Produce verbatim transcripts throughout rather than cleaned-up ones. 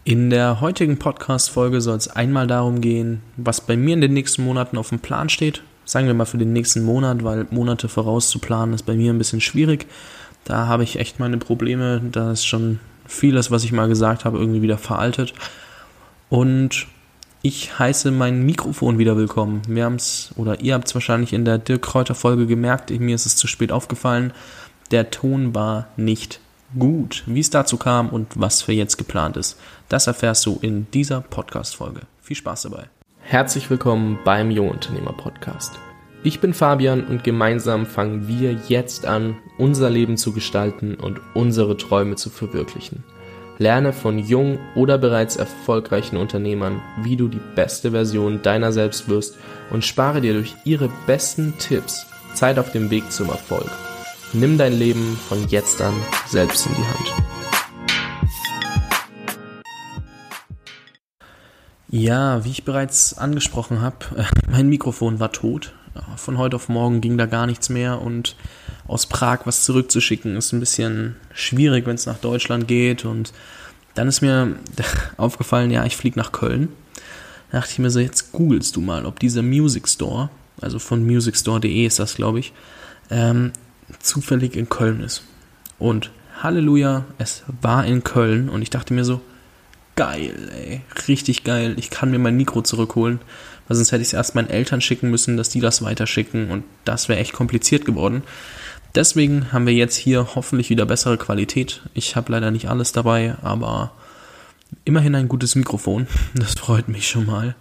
In der heutigen Podcast-Folge soll es einmal darum gehen, was bei mir in den nächsten Monaten auf dem Plan steht. Sagen wir mal für den nächsten Monat, weil Monate vorauszuplanen ist bei mir ein bisschen schwierig. Da habe ich echt meine Probleme, da ist schon vieles, was ich mal gesagt habe, irgendwie wieder veraltet. Und ich heiße mein Mikrofon wieder willkommen. Wir haben es, oder ihr habt es wahrscheinlich in der Dirk Kräuter-Folge gemerkt, mir ist es zu spät aufgefallen, der Ton war nicht gut. Wie es dazu kam und was für jetzt geplant ist, das erfährst du in dieser Podcast-Folge. Viel Spaß dabei. Herzlich willkommen beim Jungunternehmer-Podcast. Ich bin Fabian und gemeinsam fangen wir jetzt an, unser Leben zu gestalten und unsere Träume zu verwirklichen. Lerne von jungen oder bereits erfolgreichen Unternehmern, wie du die beste Version deiner selbst wirst und spare dir durch ihre besten Tipps Zeit auf dem Weg zum Erfolg. Nimm dein Leben von jetzt an selbst in die Hand. Ja, wie ich bereits angesprochen habe, mein Mikrofon war tot. Von heute auf morgen ging da gar nichts mehr und aus Prag was zurückzuschicken ist ein bisschen schwierig, wenn es nach Deutschland geht. Und dann ist mir aufgefallen, ja, ich fliege nach Köln. Da dachte ich mir so, jetzt googelst du mal, ob dieser Music Store, also von musicstore punkt de ist das, glaube ich, ähm, zufällig in Köln ist. Und Halleluja, es war in Köln und ich dachte mir so, geil, ey, richtig geil, ich kann mir mein Mikro zurückholen, weil sonst hätte ich es erst meinen Eltern schicken müssen, dass die das weiterschicken und das wäre echt kompliziert geworden. Deswegen haben wir jetzt hier hoffentlich wieder bessere Qualität. Ich habe leider nicht alles dabei, aber immerhin ein gutes Mikrofon, das freut mich schon mal.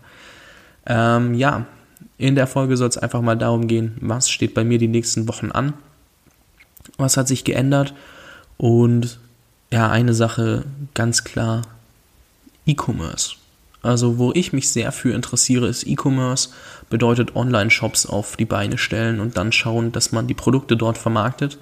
Ähm, ja, in der Folge soll es einfach mal darum gehen, was steht bei mir die nächsten Wochen an. Was hat sich geändert? Und ja, eine Sache ganz klar, E-Commerce. Also wo ich mich sehr für interessiere, ist E-Commerce, bedeutet Online-Shops auf die Beine stellen und dann schauen, dass man die Produkte dort vermarktet.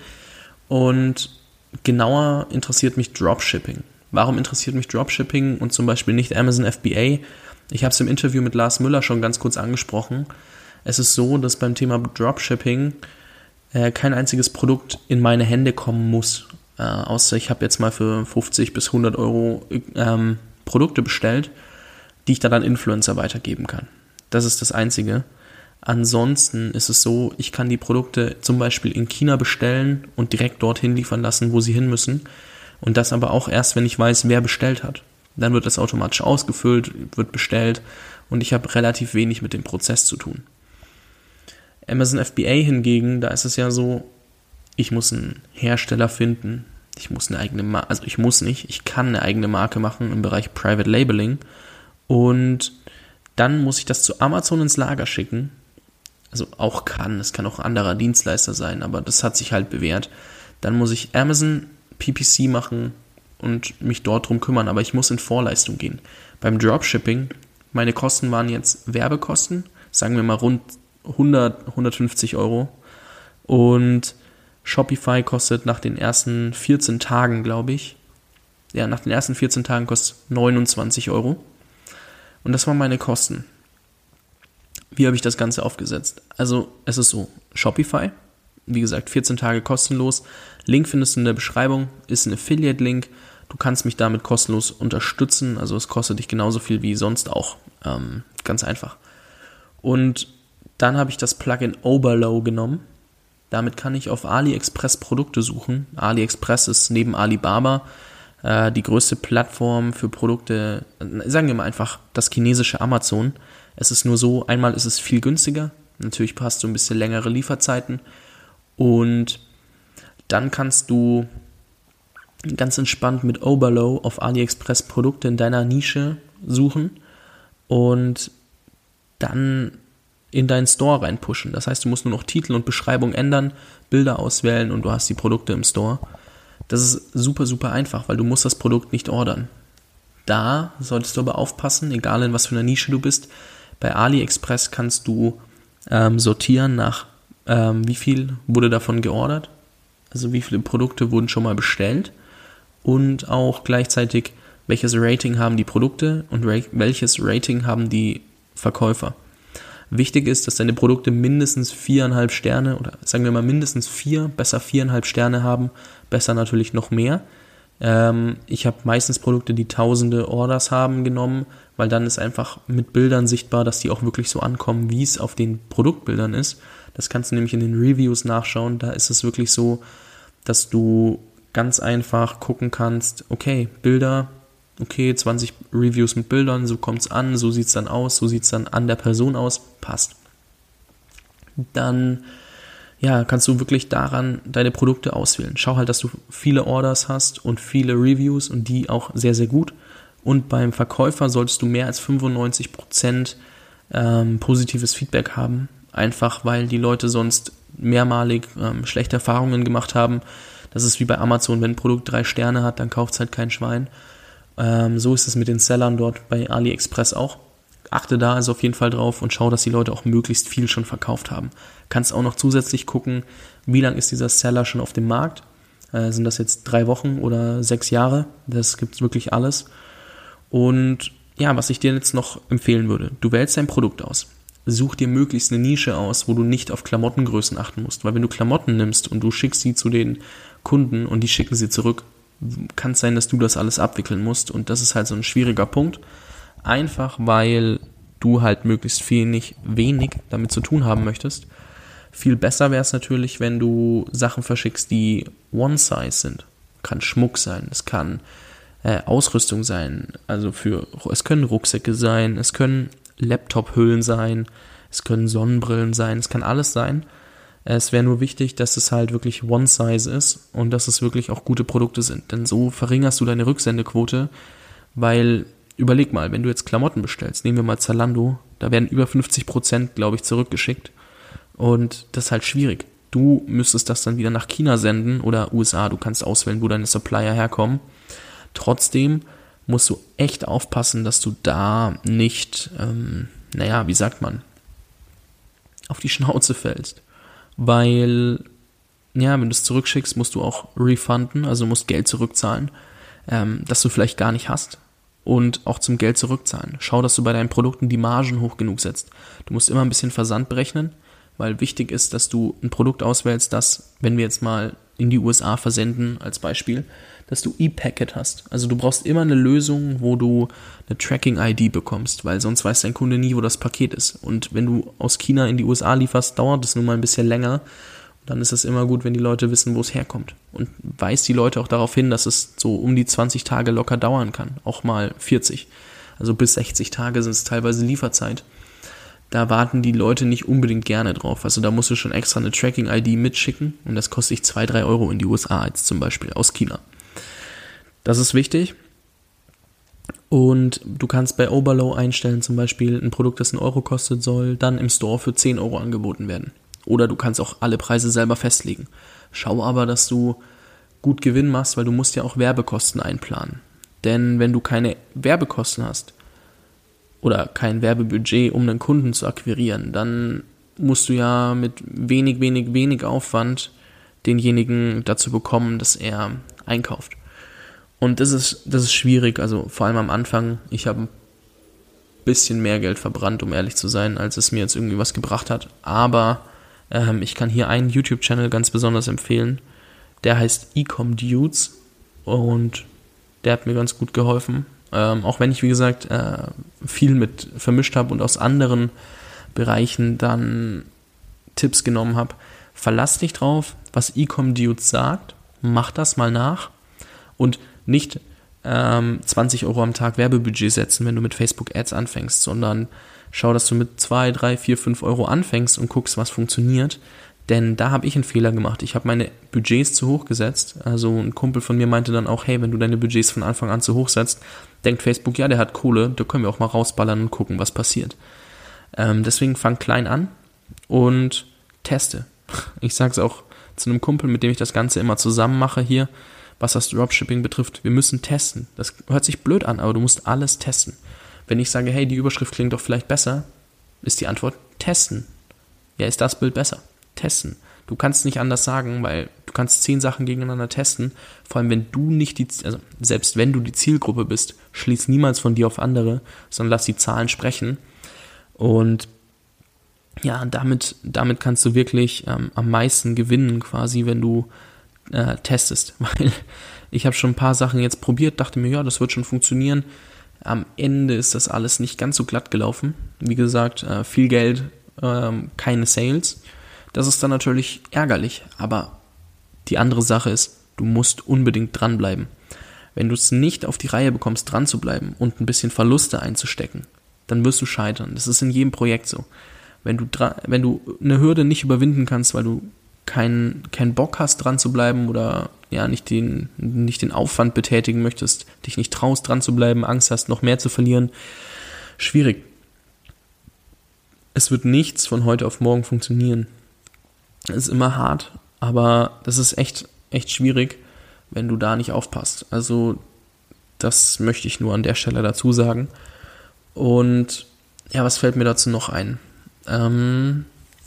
Und genauer interessiert mich Dropshipping. Warum interessiert mich Dropshipping und zum Beispiel nicht Amazon F B A? Ich habe es im Interview mit Lars Müller schon ganz kurz angesprochen. Es ist so, dass beim Thema Dropshipping kein einziges Produkt in meine Hände kommen muss, äh, außer ich habe jetzt mal für fünfzig bis hundert Euro ähm, Produkte bestellt, die ich dann an Influencer weitergeben kann. Das ist das Einzige. Ansonsten ist es so, ich kann die Produkte zum Beispiel in China bestellen und direkt dorthin liefern lassen, wo sie hin müssen. Und das aber auch erst, wenn ich weiß, wer bestellt hat. Dann wird das automatisch ausgefüllt, wird bestellt und ich habe relativ wenig mit dem Prozess zu tun. Amazon F B A hingegen, da ist es ja so, ich muss einen Hersteller finden, ich muss eine eigene Marke, also ich muss nicht, ich kann eine eigene Marke machen im Bereich Private Labeling und dann muss ich das zu Amazon ins Lager schicken, also auch kann, es kann auch ein anderer Dienstleister sein, aber das hat sich halt bewährt. Dann muss ich Amazon P P C machen und mich dort drum kümmern, aber ich muss in Vorleistung gehen. Beim Dropshipping, meine Kosten waren jetzt Werbekosten, sagen wir mal rund hundert, hundertfünfzig Euro und Shopify kostet nach den ersten vierzehn Tagen, glaube ich, ja, nach den ersten vierzehn Tagen kostet neunundzwanzig Euro und das waren meine Kosten. Wie habe ich das Ganze aufgesetzt? Also es ist so, Shopify, wie gesagt, vierzehn Tage kostenlos, Link findest du in der Beschreibung, ist ein Affiliate-Link, du kannst mich damit kostenlos unterstützen, also es kostet dich genauso viel wie sonst auch, ähm, ganz einfach. Und dann habe ich das Plugin Oberlo genommen. Damit kann ich auf AliExpress Produkte suchen. AliExpress ist neben Alibaba äh, die größte Plattform für Produkte, sagen wir mal einfach das chinesische Amazon. Es ist nur so, einmal ist es viel günstiger, natürlich hast du ein bisschen längere Lieferzeiten und dann kannst du ganz entspannt mit Oberlo auf AliExpress Produkte in deiner Nische suchen und dann in deinen Store reinpushen. Das heißt, du musst nur noch Titel und Beschreibung ändern, Bilder auswählen und du hast die Produkte im Store. Das ist super, super einfach, weil du musst das Produkt nicht ordern. Da solltest du aber aufpassen, egal in was für einer Nische du bist. Bei AliExpress kannst du ähm, sortieren nach, ähm, wie viel wurde davon geordert, also wie viele Produkte wurden schon mal bestellt und auch gleichzeitig, welches Rating haben die Produkte und ra- welches Rating haben die Verkäufer. Wichtig ist, dass deine Produkte mindestens viereinhalb Sterne oder sagen wir mal mindestens vier, besser viereinhalb Sterne haben, besser natürlich noch mehr. Ähm, ich habe meistens Produkte, die tausende Orders haben, genommen, weil dann ist einfach mit Bildern sichtbar, dass die auch wirklich so ankommen, wie es auf den Produktbildern ist. Das kannst du nämlich in den Reviews nachschauen. Da ist es wirklich so, dass du ganz einfach gucken kannst, okay, Bilder, okay, zwanzig Reviews mit Bildern, so kommt es an, so sieht es dann aus, so sieht es dann an der Person aus, passt. Dann ja, kannst du wirklich daran deine Produkte auswählen. Schau halt, dass du viele Orders hast und viele Reviews und die auch sehr, sehr gut. Und beim Verkäufer solltest du mehr als fünfundneunzig Prozent ähm, positives Feedback haben. Einfach, weil die Leute sonst mehrmalig ähm, schlechte Erfahrungen gemacht haben. Das ist wie bei Amazon, wenn ein Produkt drei Sterne hat, dann kauft es halt kein Schwein. Ähm, so ist es mit den Sellern dort bei AliExpress auch. Achte da also auf jeden Fall drauf und schau, dass die Leute auch möglichst viel schon verkauft haben. Kannst auch noch zusätzlich gucken, wie lang ist dieser Seller schon auf dem Markt. Äh, sind das jetzt drei Wochen oder sechs Jahre? Das gibt wirklich alles. Und ja, was ich dir jetzt noch empfehlen würde, du wählst dein Produkt aus. Such dir möglichst eine Nische aus, wo du nicht auf Klamottengrößen achten musst. Weil wenn du Klamotten nimmst und du schickst sie zu den Kunden und die schicken sie zurück, kann es sein, dass du das alles abwickeln musst. Und das ist halt so ein schwieriger Punkt. Einfach weil du halt möglichst viel nicht wenig damit zu tun haben möchtest. Viel besser wäre es natürlich, wenn du Sachen verschickst, die One-Size sind. Kann Schmuck sein, es kann äh, Ausrüstung sein, also für es können Rucksäcke sein, es können Laptop-Hüllen sein, es können Sonnenbrillen sein, es kann alles sein. Es wäre nur wichtig, dass es halt wirklich One-Size ist und dass es wirklich auch gute Produkte sind. Denn so verringerst du deine Rücksendequote, weil überleg mal, wenn du jetzt Klamotten bestellst, nehmen wir mal Zalando, da werden über fünfzig Prozent, glaube ich, zurückgeschickt. Und das ist halt schwierig. Du müsstest das dann wieder nach China senden oder U S A, du kannst auswählen, wo deine Supplier herkommen. Trotzdem musst du echt aufpassen, dass du da nicht, ähm, naja, wie sagt man, auf die Schnauze fällst. Weil, ja, wenn du es zurückschickst, musst du auch refunden, also musst Geld zurückzahlen, ähm, das du vielleicht gar nicht hast. Und auch zum Geld zurückzahlen. Schau, dass du bei deinen Produkten die Margen hoch genug setzt. Du musst immer ein bisschen Versand berechnen, weil wichtig ist, dass du ein Produkt auswählst, das, wenn wir jetzt mal in die U S A versenden, als Beispiel, dass du E-Packet hast. Also du brauchst immer eine Lösung, wo du eine Tracking-I D bekommst, weil sonst weiß dein Kunde nie, wo das Paket ist. Und wenn du aus China in die U S A lieferst, dauert es nun mal ein bisschen länger. Dann ist es immer gut, wenn die Leute wissen, wo es herkommt. Und weist die Leute auch darauf hin, dass es so um die zwanzig Tage locker dauern kann. Auch mal vierzig. Also bis sechzig Tage sind es teilweise Lieferzeit. Da warten die Leute nicht unbedingt gerne drauf. Also da musst du schon extra eine Tracking-I D mitschicken. Und das kostet dich zwei, drei Euro in die U S A jetzt zum Beispiel aus China. Das ist wichtig. Und du kannst bei Oberlow einstellen, zum Beispiel ein Produkt, das einen Euro kostet, soll dann im Store für zehn Euro angeboten werden. Oder du kannst auch alle Preise selber festlegen. Schau aber, dass du gut Gewinn machst, weil du musst ja auch Werbekosten einplanen. Denn wenn du keine Werbekosten hast oder kein Werbebudget, um einen Kunden zu akquirieren, dann musst du ja mit wenig, wenig, wenig Aufwand denjenigen dazu bekommen, dass er einkauft. Und das ist, das ist schwierig, also vor allem am Anfang. Ich habe ein bisschen mehr Geld verbrannt, um ehrlich zu sein, als es mir jetzt irgendwie was gebracht hat. Aber ähm, ich kann hier einen YouTube-Channel ganz besonders empfehlen. Der heißt Ecom Dudes und der hat mir ganz gut geholfen. Ähm, auch wenn ich, wie gesagt, äh, viel mit vermischt habe und aus anderen Bereichen dann Tipps genommen habe. Verlass dich drauf, was Ecom Dudes sagt. Mach das mal nach. Und nicht ähm, zwanzig Euro am Tag Werbebudget setzen, wenn du mit Facebook Ads anfängst, sondern schau, dass du mit zwei, drei, vier, fünf Euro anfängst und guckst, was funktioniert. Denn da habe ich einen Fehler gemacht. Ich habe meine Budgets zu hoch gesetzt. Also ein Kumpel von mir meinte dann auch, hey, wenn du deine Budgets von Anfang an zu hoch setzt, denkt Facebook, ja, der hat Kohle, da können wir auch mal rausballern und gucken, was passiert. Ähm, deswegen fang klein an und teste. Ich sage es auch zu einem Kumpel, mit dem ich das Ganze immer zusammen mache hier, was das Dropshipping betrifft. Wir müssen testen. Das hört sich blöd an, aber du musst alles testen. Wenn ich sage, hey, die Überschrift klingt doch vielleicht besser, ist die Antwort testen. Ja, ist das Bild besser? Testen. Du kannst nicht anders sagen, weil du kannst zehn Sachen gegeneinander testen. Vor allem, wenn du nicht die, also selbst wenn du die Zielgruppe bist, schließ niemals von dir auf andere, sondern lass die Zahlen sprechen. Und ja, damit, damit kannst du wirklich ähm, am meisten gewinnen quasi, wenn du äh, testest, weil ich habe schon ein paar Sachen jetzt probiert, dachte mir, ja, das wird schon funktionieren. Am Ende ist das alles nicht ganz so glatt gelaufen. Wie gesagt, äh, viel Geld, ähm, keine Sales. Das ist dann natürlich ärgerlich, aber die andere Sache ist, du musst unbedingt dranbleiben. Wenn du es nicht auf die Reihe bekommst, dran zu bleiben und ein bisschen Verluste einzustecken, dann wirst du scheitern. Das ist in jedem Projekt so. Wenn du, dra- wenn du eine Hürde nicht überwinden kannst, weil du keinen keinen Bock hast, dran zu bleiben oder ja nicht den, nicht den Aufwand betätigen möchtest, dich nicht traust, dran zu bleiben, Angst hast, noch mehr zu verlieren, schwierig. Es wird nichts von heute auf morgen funktionieren. Es ist immer hart, aber das ist echt, echt schwierig, wenn du da nicht aufpasst. Also das möchte ich nur an der Stelle dazu sagen. Und ja, was fällt mir dazu noch ein? Ähm,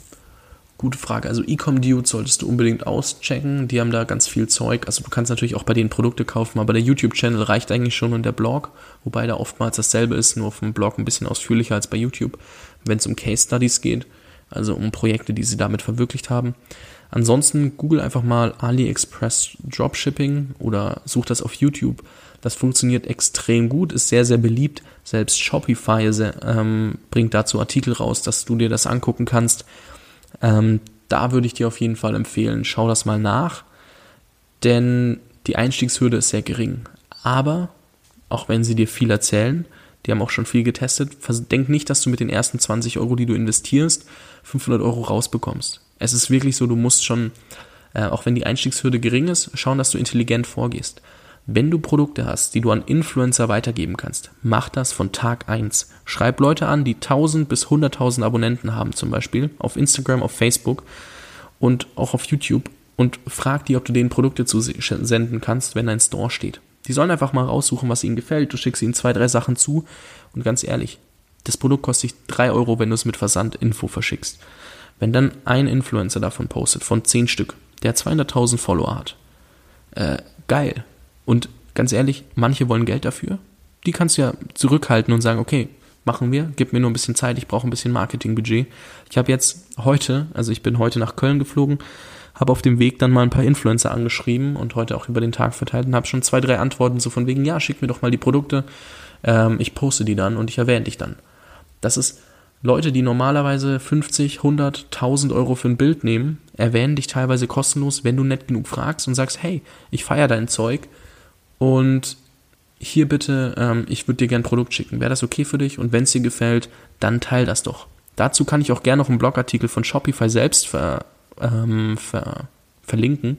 gute Frage. Also Ecom-Dude solltest du unbedingt auschecken. Die haben da ganz viel Zeug. Also du kannst natürlich auch bei denen Produkte kaufen, aber der YouTube-Channel reicht eigentlich schon und der Blog, wobei da oftmals dasselbe ist, nur auf dem Blog ein bisschen ausführlicher als bei YouTube, wenn es um Case-Studies geht, also um Projekte, die sie damit verwirklicht haben. Ansonsten google einfach mal AliExpress Dropshipping oder such das auf YouTube. Das funktioniert extrem gut, ist sehr, sehr beliebt. Selbst Shopify ähm, bringt dazu Artikel raus, dass du dir das angucken kannst. Ähm, da würde ich dir auf jeden Fall empfehlen, schau das mal nach, denn die Einstiegshürde ist sehr gering. Aber, auch wenn sie dir viel erzählen, die haben auch schon viel getestet, denk nicht, dass du mit den ersten zwanzig Euro, die du investierst, fünfhundert Euro rausbekommst. Es ist wirklich so, du musst schon, äh, auch wenn die Einstiegshürde gering ist, schauen, dass du intelligent vorgehst. Wenn du Produkte hast, die du an Influencer weitergeben kannst, mach das von Tag eins. Schreib Leute an, die tausend bis hunderttausend Abonnenten haben zum Beispiel, auf Instagram, auf Facebook und auch auf YouTube und frag die, ob du denen Produkte zusenden kannst, wenn dein Store steht. Die sollen einfach mal raussuchen, was ihnen gefällt. Du schickst ihnen zwei, drei Sachen zu und ganz ehrlich, das Produkt kostet dich drei Euro, wenn du es mit Versandinfo verschickst. Wenn dann ein Influencer davon postet, von zehn Stück, der zweihunderttausend Follower hat, äh, geil. Und ganz ehrlich, manche wollen Geld dafür. Die kannst du ja zurückhalten und sagen, okay, machen wir, gib mir nur ein bisschen Zeit, ich brauche ein bisschen Marketingbudget. Ich habe jetzt heute, also ich bin heute nach Köln geflogen, habe auf dem Weg dann mal ein paar Influencer angeschrieben und heute auch über den Tag verteilt und habe schon zwei, drei Antworten so von wegen, ja, schick mir doch mal die Produkte, ähm, ich poste die dann und ich erwähne dich dann. Das ist Leute, die normalerweise fünfzig, hundert, tausend Euro für ein Bild nehmen, erwähnen dich teilweise kostenlos, wenn du nett genug fragst und sagst, hey, ich feiere dein Zeug und hier bitte, ähm, ich würde dir gerne ein Produkt schicken. Wäre das okay für dich? Und wenn es dir gefällt, dann teil das doch. Dazu kann ich auch gerne noch einen Blogartikel von Shopify selbst ver, ähm, ver, verlinken,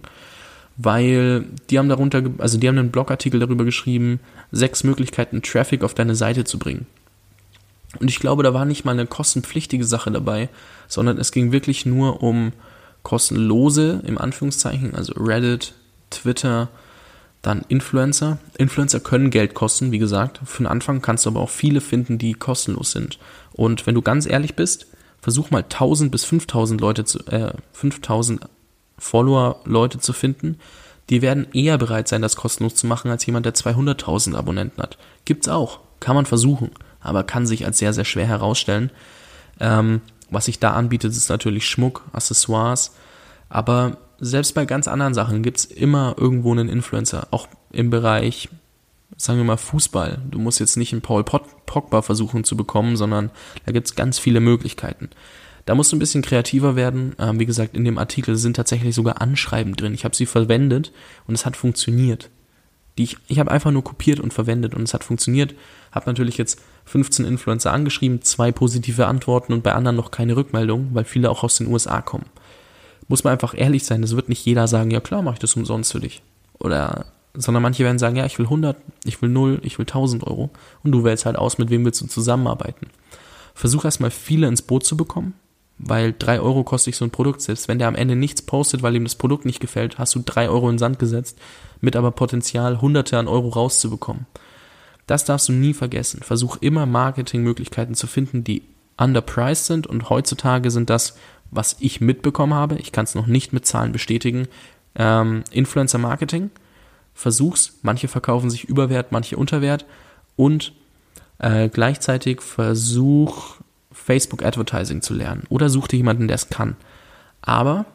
weil die haben darunter, also die haben einen Blogartikel darüber geschrieben, sechs Möglichkeiten, Traffic auf deine Seite zu bringen. Und ich glaube, da war nicht mal eine kostenpflichtige Sache dabei, sondern es ging wirklich nur um kostenlose, im Anführungszeichen, also Reddit, Twitter, dann Influencer. Influencer können Geld kosten, wie gesagt. Für den Anfang kannst du aber auch viele finden, die kostenlos sind. Und wenn du ganz ehrlich bist, versuch mal tausend bis fünftausend Leute zu, äh, fünftausend Follower Leute zu finden. Die werden eher bereit sein, das kostenlos zu machen, als jemand, der zweihunderttausend Abonnenten hat. Gibt's auch. Kann man versuchen. Aber kann sich als sehr, sehr schwer herausstellen. Ähm, was sich da anbietet, ist natürlich Schmuck, Accessoires. Aber selbst bei ganz anderen Sachen gibt es immer irgendwo einen Influencer. Auch im Bereich, sagen wir mal, Fußball. Du musst jetzt nicht einen Paul Pogba versuchen zu bekommen, sondern da gibt es ganz viele Möglichkeiten. Da musst du ein bisschen kreativer werden. Ähm, wie gesagt, in dem Artikel sind tatsächlich sogar Anschreiben drin. Ich habe sie verwendet und es hat funktioniert. Die ich ich habe einfach nur kopiert und verwendet und es hat funktioniert. Habe natürlich jetzt fünfzehn Influencer angeschrieben, zwei positive Antworten und bei anderen noch keine Rückmeldung, weil viele auch aus den U S A kommen. Muss man einfach ehrlich sein, es wird nicht jeder sagen, ja klar, mache ich das umsonst für dich. Oder, sondern manche werden sagen, ja, ich will hundert, ich will null, ich will tausend Euro. Und du wählst halt aus, mit wem willst du zusammenarbeiten. Versuch erstmal viele ins Boot zu bekommen, weil drei Euro kostet dich so ein Produkt. Selbst wenn der am Ende nichts postet, weil ihm das Produkt nicht gefällt, hast du drei Euro in den Sand gesetzt, mit aber Potenzial, Hunderte an Euro rauszubekommen. Das darfst du nie vergessen. Versuch immer Marketingmöglichkeiten zu finden, die underpriced sind und heutzutage sind das, was ich mitbekommen habe, ich kann es noch nicht mit Zahlen bestätigen, ähm, Influencer-Marketing, versuch's, manche verkaufen sich überwert, manche unterwert und äh, gleichzeitig versuch Facebook-Advertising zu lernen oder such dir jemanden, der es kann. Aber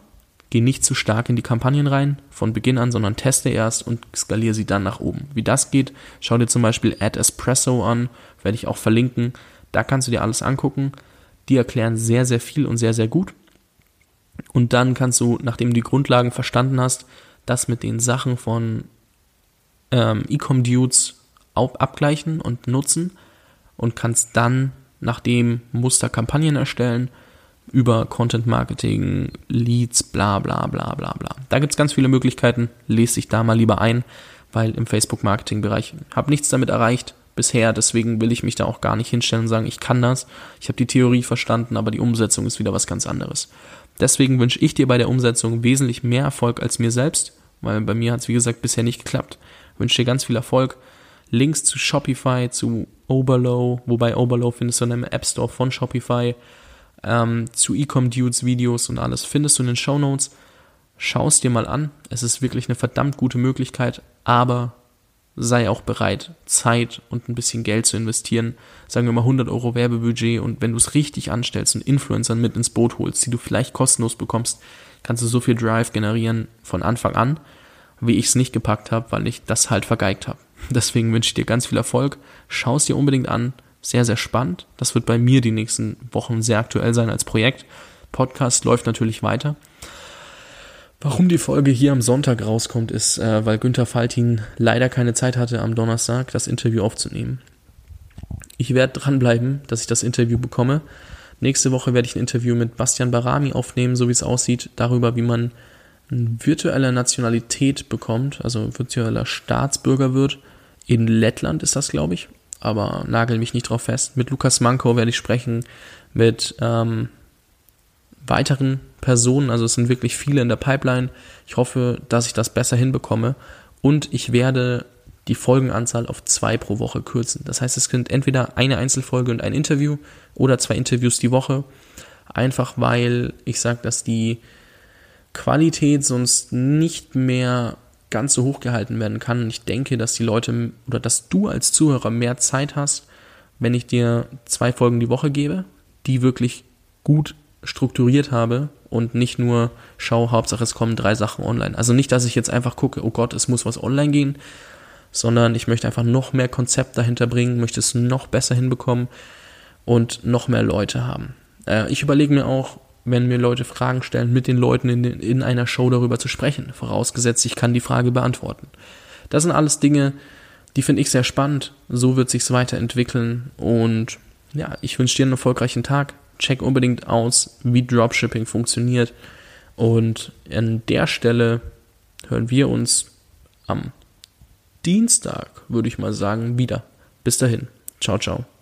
geh nicht zu stark in die Kampagnen rein von Beginn an, sondern teste erst und skaliere sie dann nach oben. Wie das geht, schau dir zum Beispiel Ad Espresso an, werde ich auch verlinken. Da kannst du dir alles angucken. Die erklären sehr, sehr viel und sehr, sehr gut. Und dann kannst du, nachdem du die Grundlagen verstanden hast, das mit den Sachen von ähm, E-Com-Dudes abgleichen und nutzen und kannst dann nach dem Muster Kampagnen erstellen über Content Marketing, Leads, bla bla bla bla bla. Da gibt es ganz viele Möglichkeiten, lese dich da mal lieber ein, weil im Facebook-Marketing-Bereich habe nichts damit erreicht bisher, deswegen will ich mich da auch gar nicht hinstellen und sagen, ich kann das, ich habe die Theorie verstanden, aber die Umsetzung ist wieder was ganz anderes. Deswegen wünsche ich dir bei der Umsetzung wesentlich mehr Erfolg als mir selbst, weil bei mir hat es wie gesagt bisher nicht geklappt. Ich wünsche dir ganz viel Erfolg. Links zu Shopify, zu Oberlo, wobei Oberlo findest du in dem App Store von Shopify, ähm, zu E-Com-Dudes Videos und alles findest du in den Shownotes. Schau es dir mal an. Es ist wirklich eine verdammt gute Möglichkeit, aber sei auch bereit, Zeit und ein bisschen Geld zu investieren. Sagen wir mal hundert Euro Werbebudget, und wenn du es richtig anstellst und Influencern mit ins Boot holst, die du vielleicht kostenlos bekommst, kannst du so viel Drive generieren von Anfang an, wie ich es nicht gepackt habe, weil ich das halt vergeigt habe. Deswegen wünsche ich dir ganz viel Erfolg. Schau es dir unbedingt an. Sehr, sehr spannend. Das wird bei mir die nächsten Wochen sehr aktuell sein als Projekt. Podcast läuft natürlich weiter. Warum die Folge hier am Sonntag rauskommt, ist, äh, weil Günther Faltin leider keine Zeit hatte, am Donnerstag das Interview aufzunehmen. Ich werde dranbleiben, dass ich das Interview bekomme. Nächste Woche werde ich ein Interview mit Bastian Barami aufnehmen, so wie es aussieht, darüber, wie man eine virtuelle Nationalität bekommt, also virtueller Staatsbürger wird. In Lettland ist das, glaube ich, aber nagel mich nicht drauf fest. Mit Lukas Manko werde ich sprechen, mit ähm, weiteren Personen, also es sind wirklich viele in der Pipeline. Ich hoffe, dass ich das besser hinbekomme, und ich werde die Folgenanzahl auf zwei pro Woche kürzen. Das heißt, es sind entweder eine Einzelfolge und ein Interview oder zwei Interviews die Woche, einfach weil ich sage, dass die Qualität sonst nicht mehr ganz so hoch gehalten werden kann. Und ich denke, dass die Leute oder dass du als Zuhörer mehr Zeit hast, wenn ich dir zwei Folgen die Woche gebe, die wirklich gut strukturiert habe und nicht nur schau, Hauptsache es kommen drei Sachen online. Also nicht, dass ich jetzt einfach gucke, oh Gott, es muss was online gehen, sondern ich möchte einfach noch mehr Konzept dahinter bringen, möchte es noch besser hinbekommen und noch mehr Leute haben. Äh, ich überlege mir auch, wenn mir Leute Fragen stellen, mit den Leuten in, in einer Show darüber zu sprechen, vorausgesetzt, ich kann die Frage beantworten. Das sind alles Dinge, die finde ich sehr spannend, so wird sich's weiterentwickeln, und ja, ich wünsche dir einen erfolgreichen Tag. Check unbedingt aus, wie Dropshipping funktioniert, und an der Stelle hören wir uns am Dienstag, würde ich mal sagen, wieder. Bis dahin. Ciao, ciao.